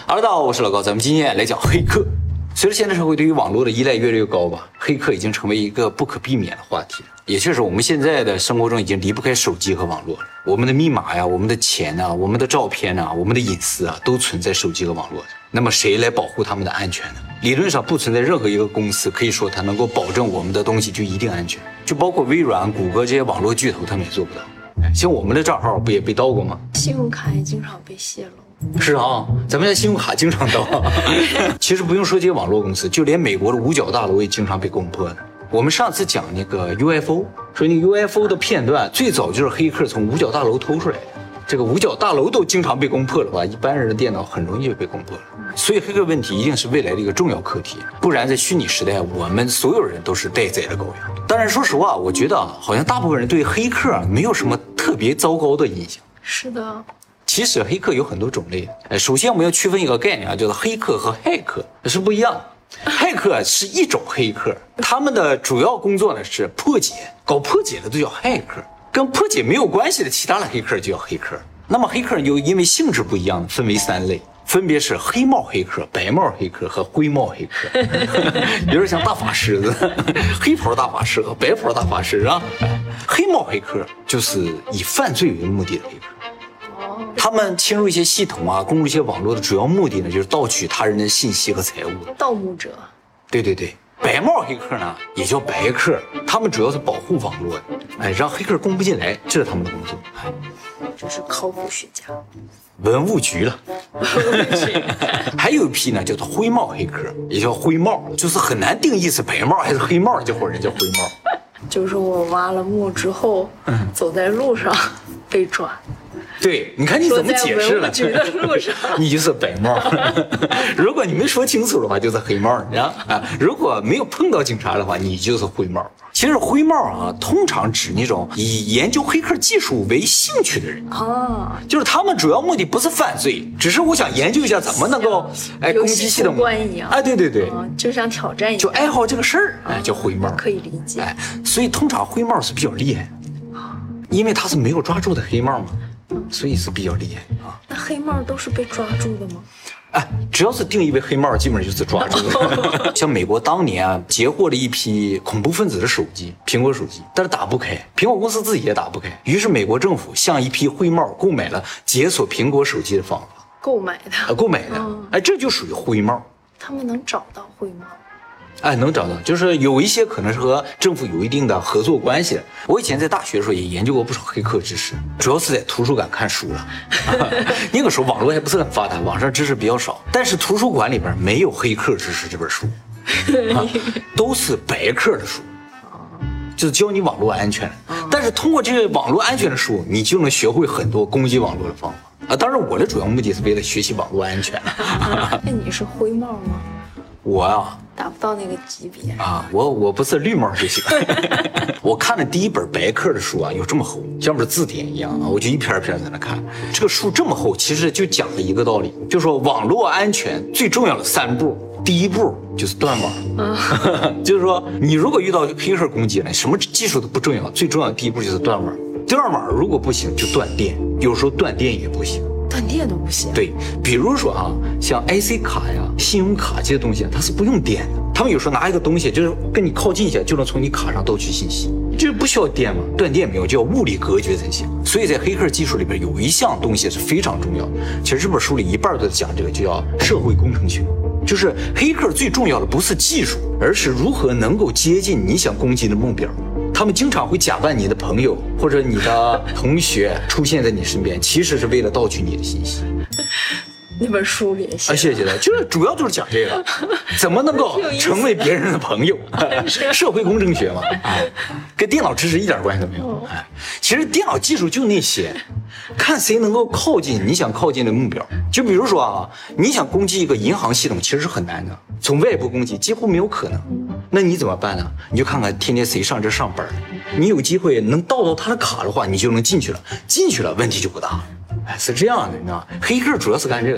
Hello， 大家好，我是老高，咱们今天来讲黑客。随着现代社会对于网络的依赖越来越高吧，黑客已经成为一个不可避免的话题了。也确实，我们现在的生活中已经离不开手机和网络了。我们的密码呀，我们的钱啊，我们的照片啊，我们的隐私啊，都存在手机和网络上。那么谁来保护他们的安全呢？理论上不存在任何一个公司可以说它能够保证我们的东西就一定安全，就包括微软、谷歌这些网络巨头，他们也做不到。像我们的账号不也被盗过吗？ 信用卡也经常被泄露。 是啊，咱们家信用卡经常盗。其实不用说这些网络公司，就连美国的五角大楼也经常被攻破的。我们上次讲那个 UFO， 说那个 UFO 的片段最早就是黑客从五角大楼偷出来的。这个五角大楼都经常被攻破的话，一般人的电脑很容易就被攻破了。所以黑客问题一定是未来的一个重要课题，不然在虚拟时代，我们所有人都是待宰的羔羊。当然，说实话，我觉得好像大部分人对黑客没有什么特别糟糕的印象。 是的。 其实黑客有很多种类，首先我们要区分一个概念啊，叫做黑客和骇客是不一样的。骇客是一种黑客，他们的主要工作呢是破解，搞破解的都叫骇客，跟破解没有关系的其他的黑客就叫黑客。那么黑客就因为性质不一样，分为三类，分别是黑帽黑客、白帽黑客和灰帽黑客。有点像大法师的，黑袍大法师和白袍大法师啊。黑帽黑客就是以犯罪为目的的黑客。他们侵入一些系统啊，攻入一些网络的主要目的呢，就是盗取他人的信息和财物。 盗墓者。 对对对，白帽黑客呢也叫白客，他们主要是保护网络的，让黑客攻不进来，这是他们的工作。 这是考古学家。 文物局了。还有一批呢叫做灰帽黑客，也叫灰帽，就是很难定义是白帽还是黑帽，这伙人叫灰帽。 就是我挖了墓之后，走在路上被抓。 对，你看你怎么解释了？ 在路上你就是白帽。如果你没说清楚的话，就是黑帽，你知道啊？如果没有碰到警察的话，你就是灰帽。其实灰帽啊，通常指那种以研究黑客技术为兴趣的人啊，就是他们主要目的不是犯罪，只是我想研究一下怎么能够攻击系统一样。 对对对， 就像挑战一样， 就爱好这个事儿，叫灰帽， 可以理解。 所以通常灰帽是比较厉害的，因为他是没有抓住的黑帽嘛。所以是比较厉害啊。 那黑帽都是被抓住的吗？ 只要是定义为黑帽，基本上就是抓住的。像美国当年啊，截获了一批恐怖分子的手机，苹果手机，但是打不开，苹果公司自己也打不开。于是美国政府向一批灰帽购买了解锁苹果手机的方法。 购买的。 这就属于灰帽。 他们能找到灰帽？ 能找到，就是有一些可能是和政府有一定的合作关系的。我以前在大学的时候也研究过不少黑客知识，主要是在图书馆看书了。那个时候网络还不是很发达，网上知识比较少，但是图书馆里边没有黑客知识这本书，都是白客的书，就是教你网络安全。但是通过这个网络安全的书，你就能学会很多攻击网络的方法。当然我的主要目的是为了学习网络安全。 那你是灰帽吗？ 我啊， 达不到那个级别我不是绿帽就行。我看的第一本白客的书啊，有这么厚，像本字典一样啊，我就一篇一篇在那看。这个书这么厚，其实就讲了一个道理，就是说网络安全最重要的3步，第一步就是断网。就是说你如果遇到黑客攻击了，什么技术都不重要，最重要的第一步就是断网。断网如果不行就断电，有时候断电也不行。 断电都不行。 对，比如说像 IC 卡呀、信用卡这些东西，它是不用电的。他们有时候拿一个东西，就是跟你靠近一下，就能从你卡上盗取信息，就是不需要电嘛，断电没有，就要物理隔绝才行。所以在黑客技术里边有一项东西是非常重要的。其实这本书里一半都在讲这个，就叫社会工程学。就是黑客最重要的不是技术，而是如何能够接近你想攻击的目标。他们经常会假扮你的朋友或者你的同学出现在你身边，其实是为了盗取你的信息。 那本书里写谢谢的，就是主要就是讲这个，怎么能够成为别人的朋友，社会工程学嘛，跟电脑知识一点关系都没有。其实电脑技术就那些，看谁能够靠近你想靠近的目标。就比如说你想攻击一个银行系统，其实是很难的，从外部攻击几乎没有可能。那你怎么办呢？你就看看天天谁上这上班，你有机会能盗到他的卡的话，你就能进去了，进去了问题就不大。是这样的，你知道吗？黑客主要是干这个。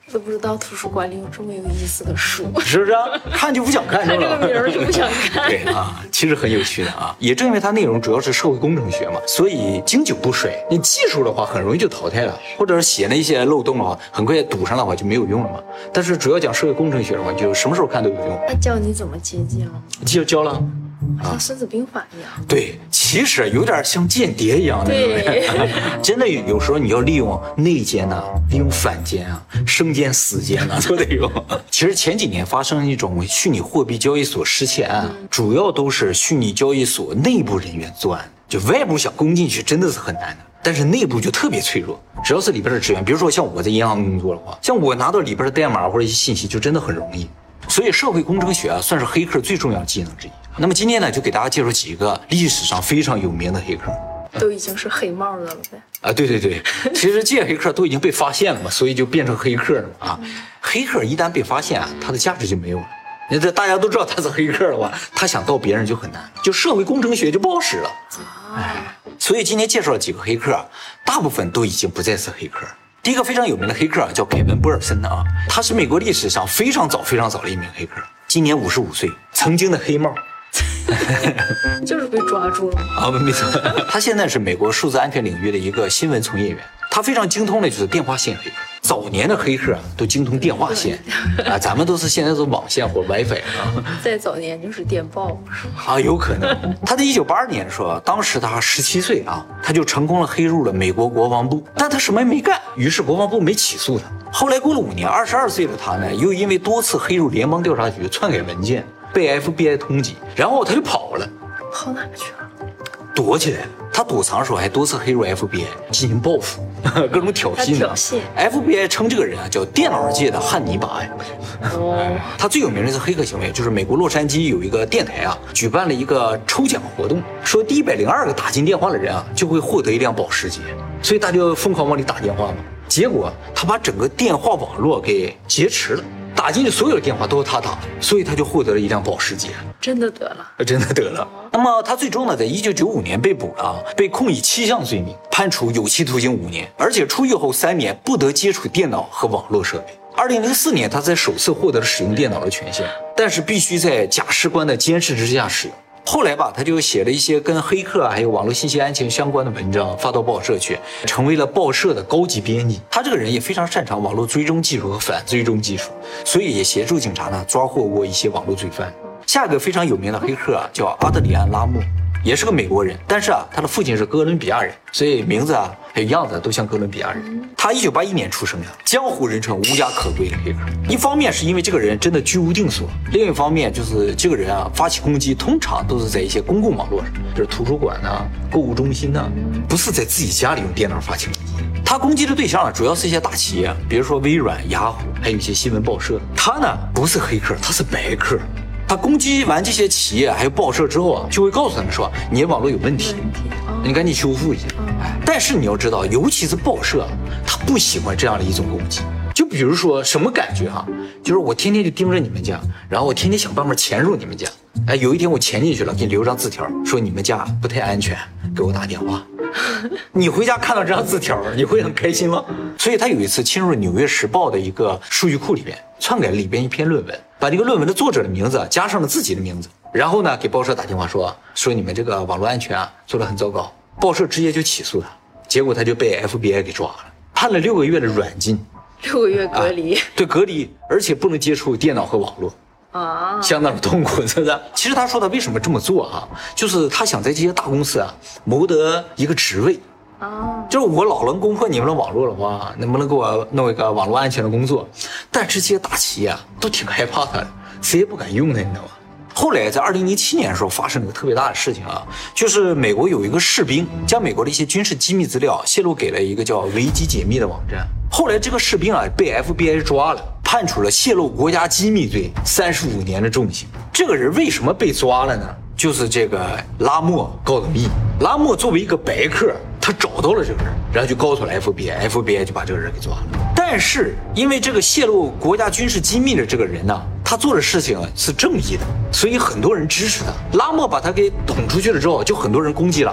都不知道图书馆里有这么有意思的书， 是不是、啊？看就不想看， 看这个名儿就不想看。 对啊，其实很有趣的啊。也正因为它内容主要是社会工程学嘛，所以经久不衰。你技术的话很容易就淘汰了，或者是写那些漏洞的话，很快堵上的话就没有用了嘛。但是主要讲社会工程学的话，就什么时候看都有用。 他教你怎么接近了？ 教了。 好像《孙子兵法》一样， 对，其实有点像间谍一样的， 对， 真的有时候你要利用内奸呐、利用反奸啊、生奸死奸呐，都得用。其实前几年发生一种虚拟货币交易所失窃案，主要都是虚拟交易所内部人员作案，就外部想攻进去真的是很难的。但是内部就特别脆弱，只要是里边的职员，比如说像我在银行工作的话，像我拿到里边的代码或者一些信息，就真的很容易。所以社会工程学啊，算是黑客最重要的技能之一。那么今天呢，就给大家介绍几个历史上非常有名的黑客， 都已经是黑帽子了呗。 啊，对对对，其实这些黑客都已经被发现了嘛，所以就变成黑客了啊。黑客一旦被发现啊，他的价值就没有了。你这大家都知道他是黑客的话，他想盗别人就很难，就社会工程学就不好使了。所以今天介绍了几个黑客，大部分都已经不再是黑客。第一个非常有名的黑客叫凯文·波尔森啊，他是美国历史上非常早的一名黑客，今年55岁，曾经的黑帽。 就是被抓住了啊，没错，他现在是美国数字安全领域的一个新闻从业员，他非常精通的就是电话线黑客。早年的黑客啊，都精通电话线啊，咱们都是现在是网线或 WiFi 啊。 再早年就是电报啊，有可能。他在1982年的时候，当时他17岁啊，他就成功了黑入了美国国防部，但他什么也没干，于是国防部没起诉他。后来过了5年，22岁的他呢，又因为多次黑入联邦调查局篡改文件，被 FBI 通缉，然后他就跑了。 跑哪去了？ 躲起来了。他躲藏的时候还多次黑入 FBI 进行报复，各种挑衅的。FBI 称这个人啊叫电脑界的汉尼拔呀。他最有名的是黑客行为，就是美国洛杉矶有一个电台啊，举办了一个抽奖活动，说第102个打进电话的人啊就会获得一辆保时捷，所以大家就疯狂往里打电话嘛。结果他把整个电话网络给劫持了。打进去所有的电话都是他打，所以他就获得了一辆保时捷， 真的得了， 真的得了。那么他最终呢，在1995年被捕了，被控以7项罪名，判处有期徒刑5年，而且出狱后3年不得接触电脑和网络设备。2004年，他才首次获得了使用电脑的权限，但是必须在假释官的监视之下使用。后来吧，他就写了一些跟黑客还有网络信息安全相关的文章，发到报社去，成为了报社的高级编辑。他这个人也非常擅长网络追踪技术和反追踪技术，所以也协助警察呢抓获过一些网络罪犯。下一个非常有名的黑客啊，叫阿德里安·拉莫，也是个美国人，但是啊，他的父亲是哥伦比亚人，所以名字啊还有样子都像哥伦比亚人。他1981年出生的，江湖人称无家可归的黑客。一方面是因为这个人真的居无定所，另一方面就是这个人啊发起攻击通常都是在一些公共网络上，就是图书馆啊、购物中心啊，不是在自己家里用电脑发起攻击。他攻击的对象主要是一些大企业，比如说微软、雅虎，还有一些新闻报社。他呢不是黑客，他是白客。他攻击完这些企业还有报社之后啊，就会告诉他们说你的网络有问题，你赶紧修复一下。但是你要知道，尤其是报社，他不喜欢这样的一种攻击。就比如说什么感觉哈，就是我天天就盯着你们家，然后我天天想办法潜入你们家。哎，有一天我潜进去了，给你留张字条，说你们家不太安全，给我打电话。你回家看到这张字条，你会很开心吗？所以他有一次侵入《纽约时报》的一个数据库里边，篡改了里边一篇论文，把这个论文的作者的名字加上了自己的名字，然后呢给报社打电话说你们这个网络安全啊做得很糟糕。报社直接就起诉他，结果他就被 FBI 给抓了，判了6个月的软禁 ，6个月隔离， 对，隔离，而且不能接触电脑和网络。啊，相当的痛苦，是不是？其实他说他为什么这么做哈，就是他想在这些大公司啊谋得一个职位啊，就是我老能攻破你们的网络的话，能不能给我弄一个网络安全的工作？但这些大企业啊都挺害怕他的，谁也不敢用他，你知道吗？后来在2007年的时候发生了个特别大的事情啊，就是美国有一个士兵将美国的一些军事机密资料泄露给了一个叫维基解密的网站，后来这个士兵啊被 FBI 抓了，判处了泄露国家机密罪35年的重刑。这个人为什么被抓了呢？就是这个拉莫告的密。拉莫作为一个白客，他找到了这个人，然后就告诉了 FBI 就把这个人给抓了。但是因为这个泄露国家军事机密的这个人呢，他做的事情是正义的，所以很多人支持他。拉莫把他给捅出去了之后，就很多人攻击拉莫，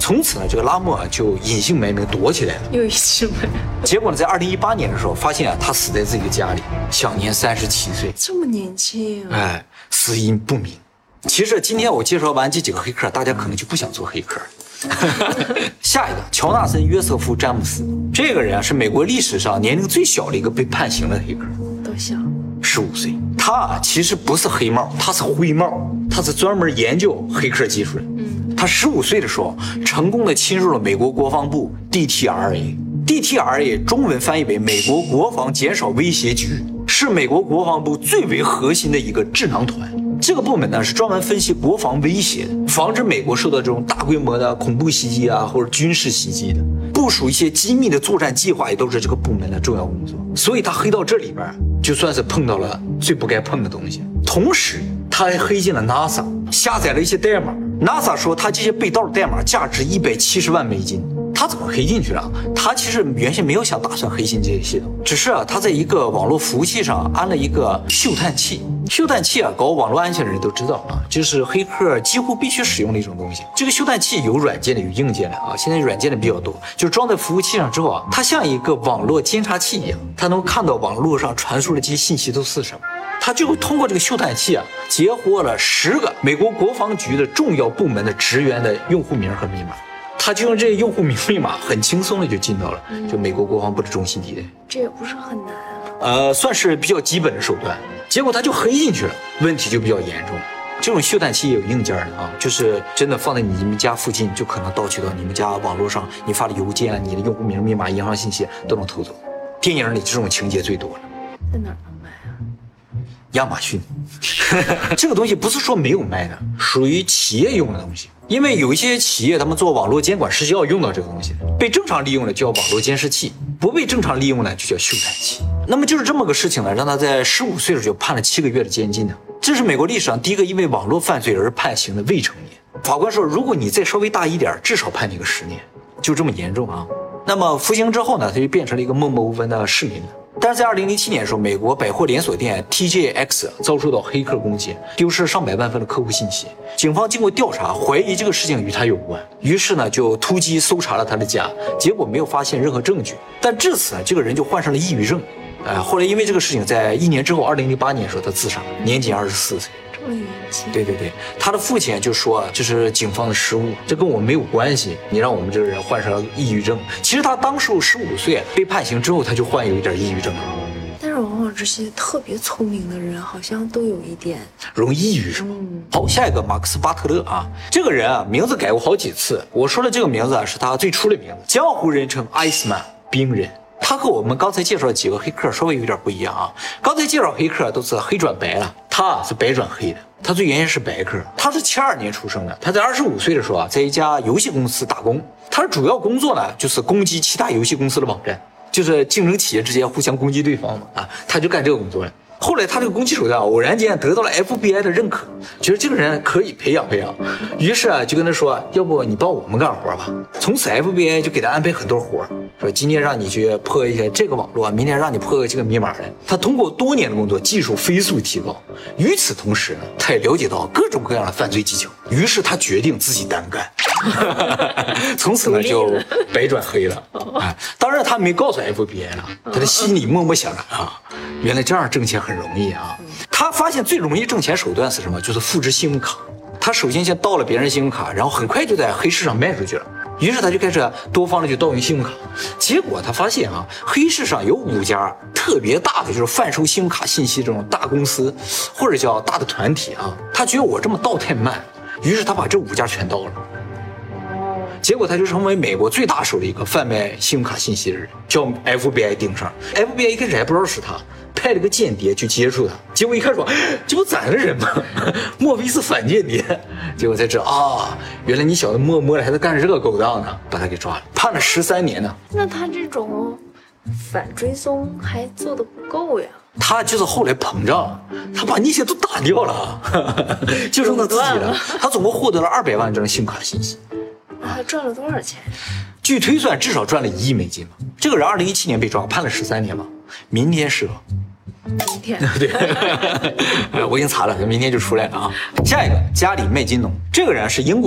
从此呢，这个拉莫就隐姓埋名躲起来了。 又一次没， 结果呢，在2018年的时候，发现他死在自己的家里，享年37岁。 这么年轻， 哎，死因不明。其实今天我介绍完这几个黑客，大家可能就不想做黑客了。下一个，乔纳森·约瑟夫·詹姆斯，这个人是美国历史上年龄最小的一个被判刑的黑客， 多小 15岁。他其实不是黑帽，他是灰帽，他是专门研究黑客技术的。他15岁的时候，成功的侵入了美国国防部 DTRA，DTRA 中文翻译为美国国防减少威胁局，是美国国防部最为核心的一个智囊团。这个部门呢是专门分析国防威胁的，防止美国受到这种大规模的恐怖袭击啊或者军事袭击的，部署一些机密的作战计划也都是这个部门的重要工作。所以他黑到这里边，就算是碰到了最不该碰的东西。同时，他还黑进了 NASA， 下载了一些代码。NASA 说他这些被盗的代码价值170万美金。他怎么黑进去了？他其实原先没有想打算黑进这些系统，只是他在一个网络服务器上安了一个嗅探器。嗅探器搞网络安全的人都知道就是黑客几乎必须使用的一种东西。这个嗅探器有软件的，有硬件的现在软件的比较多，就是装在服务器上之后它像一个网络监察器一样，它能看到网络上传输的这些信息都是什么。他就通过这个嗅探器截获了10个美国国防局的重要部门的职员的用户名和密码。他就用这个用户名密码很轻松的就进到了就美国国防部的中心地带。 这也不是很难算是比较基本的手段。结果他就黑进去了，问题就比较严重。这种嗅探器也有硬件的就是真的放在你们家附近，就可能盗取到你们家网络上你发的邮件你的用户名密码银行信息都能偷走。电影里这种情节最多了。 在哪儿能买亚马逊。这个东西不是说没有卖的，属于企业用的东西。因为有一些企业他们做网络监管是要用到这个东西的，被正常利用的叫网络监视器，不被正常利用呢就叫嗅探器。那么就是这么个事情呢，让他在15岁的时候就判了7个月的监禁呢。这是美国历史上第一个因为网络犯罪而判刑的未成年。法官说，如果你再稍微大一点，至少判你个10年，就这么严重那么服刑之后呢，他就变成了一个默默无闻的市民了。但是在2007年的时候，美国百货连锁店 TJX 遭受到黑客攻击，丢失上百万份的客户信息。警方经过调查，怀疑这个事情与他有关，于是呢就突击搜查了他的家，结果没有发现任何证据。但至此这个人就患上了抑郁症。后来因为这个事情，在1年之后，2008年的时候他自杀了，年仅24岁。 这么年轻？ 对，他的父亲就说这是警方的失误，这跟我没有关系，你让我们这个人患上了抑郁症。其实他当时15岁被判刑之后，他就患有一点抑郁症了。 但是往往这些特别聪明的人好像都有一点容易抑郁是吗？好，下一个马克思巴特勒这个人名字改过好几次。我说的这个名字是他最初的名字，江湖人称 Iceman 冰人。他和我们刚才介绍的几个黑客稍微有点不一样刚才介绍黑客都是黑转白了，他是白转黑的。他最原先是白客，他是72年出生的。他在25岁的时候在一家游戏公司打工。他的主要工作呢就是攻击其他游戏公司的网站，就是竞争企业之间互相攻击对方嘛他就干这个工作了。后来他这个攻击手段偶然间得到了 FBI 的认可，觉得这个人可以培养，于是就跟他说，要不你帮我们干活吧。从此 FBI 就给他安排很多活，说今天让你去破一下这个网络，明天让你破这个密码的。他通过多年的工作，技术飞速提高。与此同时他也了解到各种各样的犯罪技巧，于是他决定自己单干。从此呢就白转黑了当然他没告诉 FBI 了，他的心里默默想着原来这样挣钱很容易他发现最容易挣钱手段是什么？就是复制信用卡。他首先先盗了别人的信用卡，然后很快就在黑市上卖出去了。于是他就开始多方的去盗用信用卡。结果他发现黑市上有5家特别大的就是贩售信用卡信息这种大公司或者叫大的团体他觉得我这么盗太慢，于是他把这5家全盗了。结果他就成为美国最大手的一个贩卖信用卡信息的人，叫 FBI 盯上。FBI 一开始还不知道是他，派了个间谍去接触他，结果一看说这不咱的人吗？莫非是反间谍？结果才知道原来你小子默默的还在干这个勾当呢，把他给抓了，判了13年呢。 那他这种反追踪还做得不够呀。 他就是后来膨胀了，他把那些都打掉了，就剩他自己了。他总共获得了200万张信用卡信息。 他赚了多少钱？ 据推算至少赚了1亿美金吧。这个人2017年被抓，判了13年吧。明天是明天对我已经查了，明天就出来了下一个加里麦金农，这个人是英国人，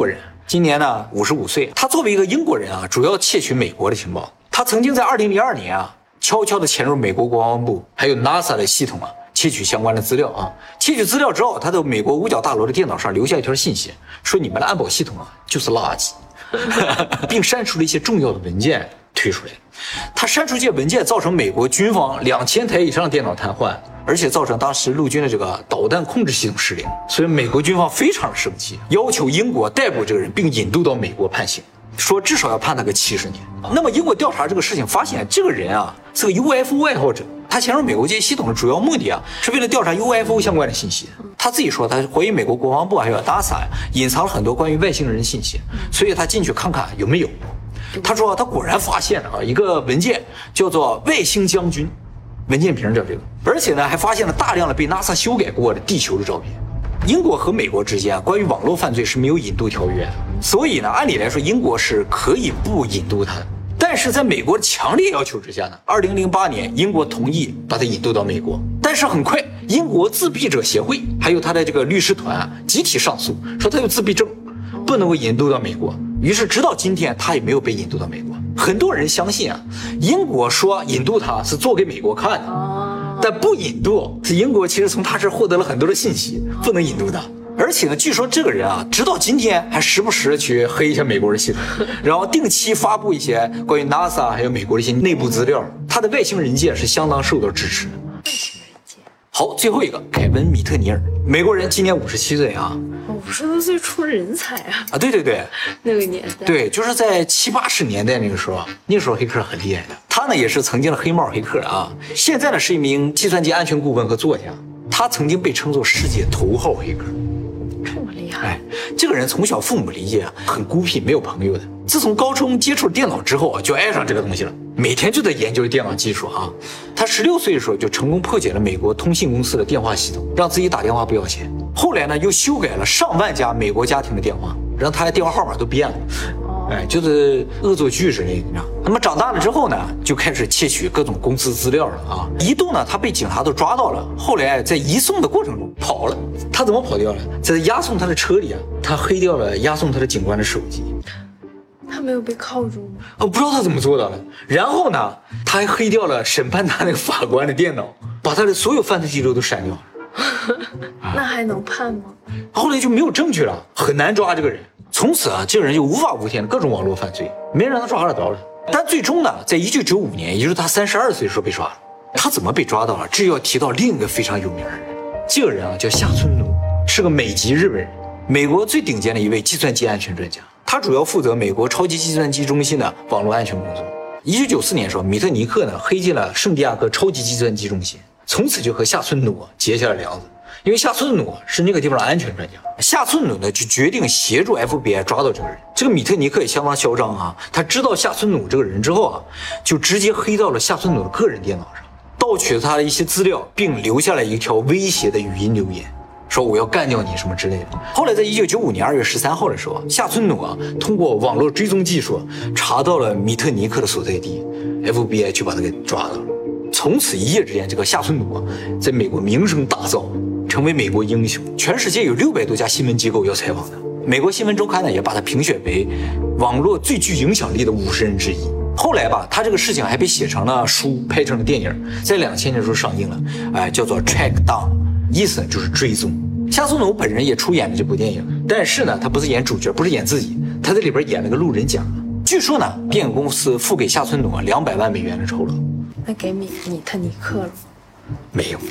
今年呢55岁。他作为一个英国人啊，主要窃取美国的情报。他曾经在2002年啊，悄悄地潜入美国国防部还有 NASA 的系统啊，窃取相关的资料啊。窃取资料之后，他在美国五角大楼的电脑上留下一条信息，说你们的安保系统啊就是垃圾，并删除了一些重要的文件推出来。他删除这些文件，造成美国军方2000台以上的电脑瘫痪，而且造成当时陆军的这个导弹控制系统失灵。所以美国军方非常生气，要求英国逮捕这个人，并引渡到美国判刑，说至少要判他个70年。那么英国调查这个事情，发现这个人啊是个 UFO 爱好者。他潜入美国这些系统的主要目的啊，是为了调查 UFO 相关的信息。他自己说，他怀疑美国国防部还有 NASA 隐藏了很多关于外星人的信息，所以他进去看看有没有。他说他果然发现了一个文件，叫做外星将军，文件名叫这个，而且呢还发现了大量的被 NASA 修改过的地球的照片。英国和美国之间关于网络犯罪是没有引渡条约的，所以呢按理来说英国是可以不引渡他的。但是在美国的强烈要求之下呢，2008年英国同意把他引渡到美国。但是很快，英国自闭者协会还有他的这个律师团集体上诉，说他有自闭症，不能够引渡到美国。于是直到今天，他也没有被引渡到美国。很多人相信啊，英国说引渡他是做给美国看的，但不引渡是英国其实从他这儿获得了很多的信息，不能引渡他。而且呢，据说这个人啊，直到今天还时不时去黑一下美国的系统，然后定期发布一些关于 NASA 还有美国的一些内部资料。他的外星人界是相当受到支持的。好，最后一个凯文·米特尼尔，美国人，今年57岁啊。 50多岁出人才啊！ 对对对， 那个年代， 对，就是在70、80年代那个时候，那时候黑客很厉害的。他呢也是曾经的黑帽黑客啊，现在呢是一名计算机安全顾问和作家。他曾经被称作世界头号黑客。 这么厉害！ 哎，这个人从小父母理解很孤僻，没有朋友的。自从高中接触电脑之后啊，就爱上这个东西了，每天就在研究电脑技术啊。他16岁的时候就成功破解了美国通信公司的电话系统，让自己打电话不要钱。后来呢，又修改了上万家美国家庭的电话，让他的电话号码都变了。哎，就是恶作剧之类的，你知道。那么长大了之后呢，就开始窃取各种公司资料了啊。一度呢，他被警察都抓到了，后来在移送的过程中跑了。他怎么跑掉了？在押送他的车里啊，他黑掉了押送他的警官的手机。 他没有被铐住吗？ 不知道他怎么做到的。然后呢，他还黑掉了审判他那个法官的电脑，把他的所有犯罪记录都删掉了。 那还能判吗？ 后来就没有证据了，很难抓这个人。从此啊，这个人就无法无天的各种网络犯罪，没人让他抓得着了。但最终呢，在1995年，也就是他32岁的时候被抓了。他怎么被抓到了？这要提到另一个非常有名的人，这个人啊叫下村努，是个美籍日本人，美国最顶尖的一位计算机安全专家。他主要负责美国超级计算机中心的网络安全工作。1994年的时候，米特尼克呢黑进了圣地亚哥超级计算机中心，从此就和下村努结下了梁子。因为下村努是那个地方的安全专家，下村努呢就决定协助 FBI 抓到这个人。这个米特尼克也相当嚣张啊，他知道下村努这个人之后啊，就直接黑到了下村努的个人电脑上，盗取了他的一些资料，并留下了一条威胁的语音留言，说我要干掉你什么之类的。后来在1995年2月13号的时候，下村努啊通过网络追踪技术查到了米特尼克的所在地， FBI 就把他给抓到了。从此一夜之间，这个下村努啊在美国名声大噪，成为美国英雄，全世界有600多家新闻机构要采访他。美国新闻周刊呢也把他评选为网络最具影响力的50人之一。后来吧，他这个事情还被写成了书，拍成了电影，在2000年的时候上映了，叫做 Track Down， 意思就是追踪。下村努本人也出演了这部电影，但是呢，他不是演主角，不是演自己，他在里边演了个路人甲。据说呢，电影公司付给下村努200万美元的酬劳。 那给米特尼克了吗？ 没有。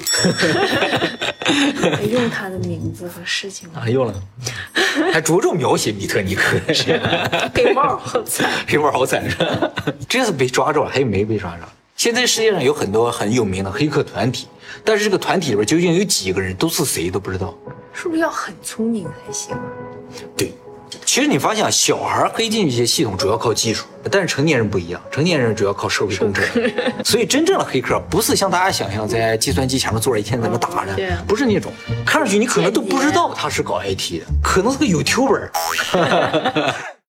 用他的名字和事情啊，用了，还着重描写米特尼克。 黑帽好惨， 黑帽好惨是吧？这次被抓着了，还有没被抓着？现在世界上有很多很有名的黑客团体，但是这个团体里边究竟有几个人，都是谁都不知道。 是不是要很聪明才行啊？ 对。其实你发现啊，小孩黑进一些系统主要靠技术，但是成年人不一样，成年人主要靠社会工程。所以真正的黑客不是像大家想象在计算机前面坐着一天在那打着，不是那种，看上去你可能都不知道他是搞 IT 的，可能是个 YouTuber。